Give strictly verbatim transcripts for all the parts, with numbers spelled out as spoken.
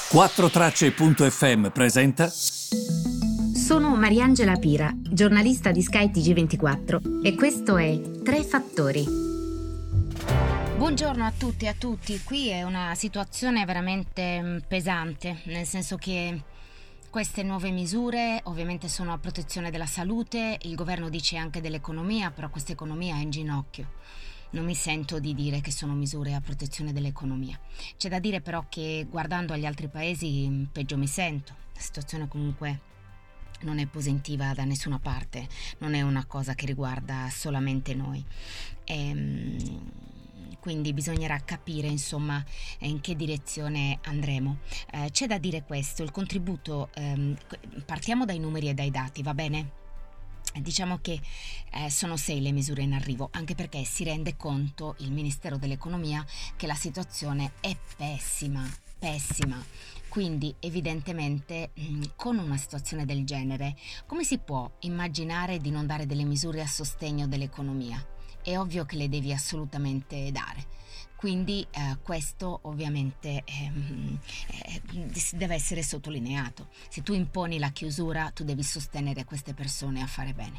quattro tracce punto effe emme presenta. Sono Mariangela Pira, giornalista di Sky T G ventiquattro e questo è Tre Fattori. Buongiorno a tutti e a tutti. Qui è una situazione veramente pesante, nel senso che queste nuove misure ovviamente sono a protezione della salute, il governo dice anche dell'economia, però questa economia è in ginocchio. Non mi sento di dire che sono misure a protezione dell'economia. C'è da dire però che guardando agli altri paesi peggio mi sento. La situazione comunque non è positiva da nessuna parte, non è una cosa che riguarda solamente noi. Ehm... Quindi bisognerà capire insomma in che direzione andremo. Eh, c'è da dire questo, il contributo, ehm, partiamo dai numeri e dai dati, va bene? Diciamo che eh, sono sei le misure in arrivo, anche perché si rende conto il Ministero dell'Economia che la situazione è pessima, pessima. Quindi evidentemente mh, con una situazione del genere, come si può immaginare di non dare delle misure a sostegno dell'economia? È ovvio che le devi assolutamente dare. Quindi eh, questo ovviamente ehm, eh, deve essere sottolineato. Se tu imponi la chiusura, tu devi sostenere queste persone a fare bene.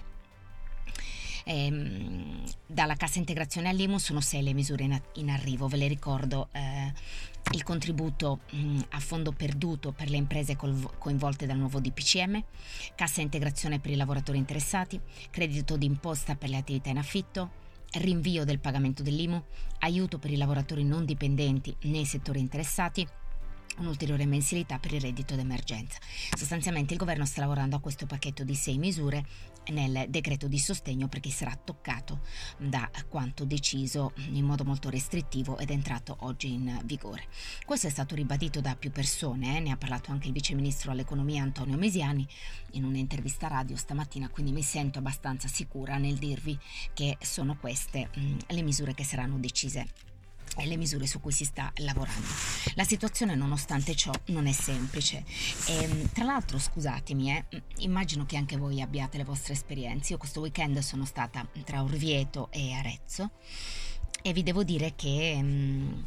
Ehm, dalla cassa integrazione all'I M U sono sei le misure in, in arrivo, ve le ricordo. Eh, il contributo mh, a fondo perduto per le imprese col, coinvolte dal nuovo D P C M, cassa integrazione per i lavoratori interessati, credito d'imposta per le attività in affitto, rinvio del pagamento dell'I M U, aiuto per i lavoratori non dipendenti nei settori interessati, un'ulteriore mensilità per il reddito d'emergenza. Sostanzialmente il governo sta lavorando a questo pacchetto di sei misure nel decreto di sostegno per chi sarà toccato da quanto deciso in modo molto restrittivo ed è entrato oggi in vigore. Questo è stato ribadito da più persone, eh? Ne ha parlato anche il vice ministro all'economia Antonio Misiani in un'intervista radio stamattina, quindi mi sento abbastanza sicura nel dirvi che sono queste mh, le misure che saranno decise e le misure su cui si sta lavorando. La situazione nonostante ciò non è semplice e, tra l'altro scusatemi eh, immagino che anche voi abbiate le vostre esperienze. Io questo weekend sono stata tra Orvieto e Arezzo e vi devo dire che mh,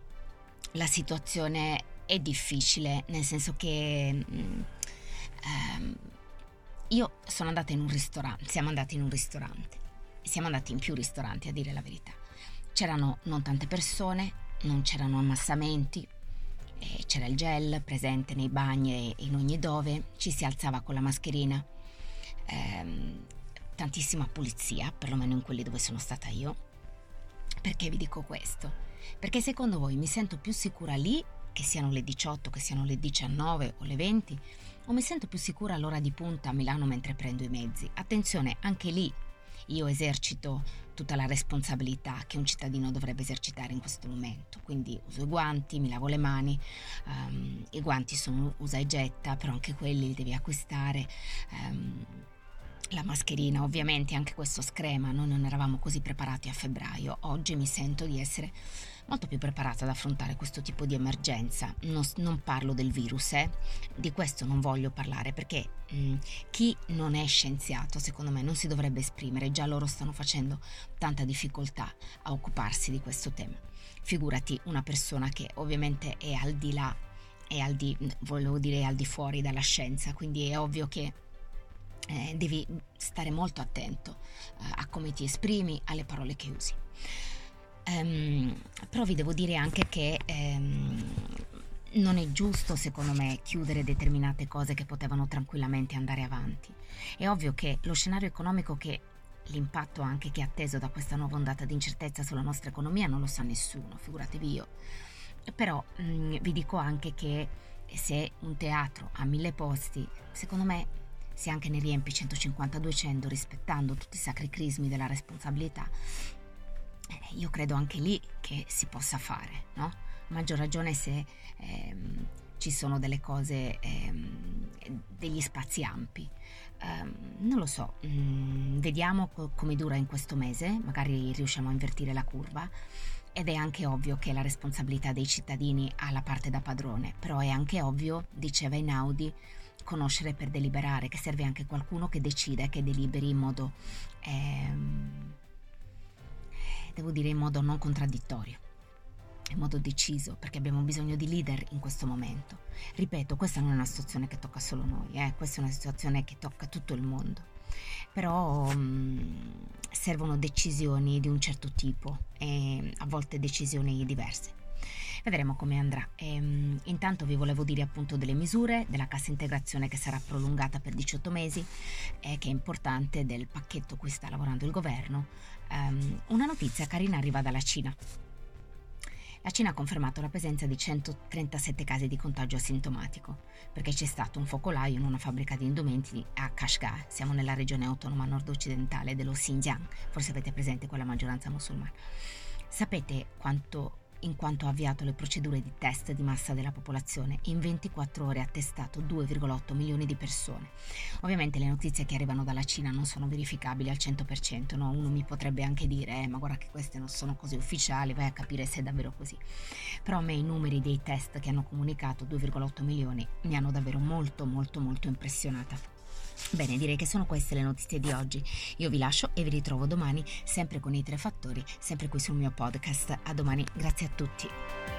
la situazione è difficile, nel senso che mh, ehm, io sono andata in un ristorante, siamo andati in un ristorante, siamo andati in più ristoranti a dire la verità. C'erano non tante persone, non c'erano ammassamenti, eh, c'era il gel presente nei bagni e in ogni dove, ci si alzava con la mascherina, ehm, tantissima pulizia, perlomeno in quelli dove sono stata io. Perché vi dico questo? Perché secondo voi mi sento più sicura lì, che siano le diciotto, che siano le diciannove o le venti, o mi sento più sicura all'ora di punta a Milano mentre prendo i mezzi? Attenzione, anche lì io esercito tutta la responsabilità che un cittadino dovrebbe esercitare in questo momento, quindi uso i guanti, mi lavo le mani, um, i guanti sono usa e getta, però anche quelli li devi acquistare, um, la mascherina ovviamente, anche questo screma, noi non eravamo così preparati a febbraio, oggi mi sento di essere molto più preparata ad affrontare questo tipo di emergenza. Non, non parlo del virus, eh? Di questo non voglio parlare perché mh, chi non è scienziato secondo me non si dovrebbe esprimere, già loro stanno facendo tanta difficoltà a occuparsi di questo tema. Figurati una persona che ovviamente è al di là, è al di, volevo dire al di fuori dalla scienza, quindi è ovvio che eh, devi stare molto attento eh, a come ti esprimi, alle parole che usi. Um, però vi devo dire anche che um, non è giusto secondo me chiudere determinate cose che potevano tranquillamente andare avanti. È ovvio che lo scenario economico, che l'impatto anche che è atteso da questa nuova ondata di incertezza sulla nostra economia non lo sa nessuno, figuratevi io. Però um, vi dico anche che se un teatro ha mille posti, secondo me se anche ne riempi centocinquanta duecento rispettando tutti i sacri crismi della responsabilità, io credo anche lì che si possa fare, no? Maggior ragione se ehm, ci sono delle cose, ehm, degli spazi ampi. Um, non lo so, mm, vediamo co- come dura in questo mese, magari riusciamo a invertire la curva. Ed è anche ovvio che la responsabilità dei cittadini ha la parte da padrone, però è anche ovvio, diceva Einaudi, conoscere per deliberare, che serve anche qualcuno che decida, che deliberi in modo ehm, devo dire in modo non contraddittorio. in modo deciso, perché abbiamo bisogno di leader in questo momento. Ripeto, questa non è una situazione che tocca solo noi, eh? Questa è una situazione che tocca tutto il mondo, però mh, servono decisioni di un certo tipo e a volte decisioni diverse. Vedremo come andrà. E, um, intanto vi volevo dire appunto delle misure della cassa integrazione che sarà prolungata per diciotto mesi, e che è importante, del pacchetto cui sta lavorando il governo. Um, una notizia carina arriva dalla Cina. La Cina ha confermato la presenza di centotrentasette casi di contagio asintomatico, perché c'è stato un focolaio in una fabbrica di indumenti a Kashgar. Siamo nella regione autonoma nord-occidentale dello Xinjiang, forse avete presente quella maggioranza musulmana. Sapete quanto, in quanto ha avviato le procedure di test di massa della popolazione, in ventiquattro ore ha testato due virgola otto milioni di persone. Ovviamente le notizie che arrivano dalla Cina non sono verificabili al cento per cento, no? Uno mi potrebbe anche dire, eh, ma guarda che queste non sono così ufficiali, vai a capire se è davvero così. Però a me i numeri dei test che hanno comunicato, due virgola otto milioni, mi hanno davvero molto molto molto impressionata. Bene, direi che sono queste le notizie di oggi. Io vi lascio e vi ritrovo domani, sempre con i tre fattori, sempre qui sul mio podcast. A domani, grazie a tutti.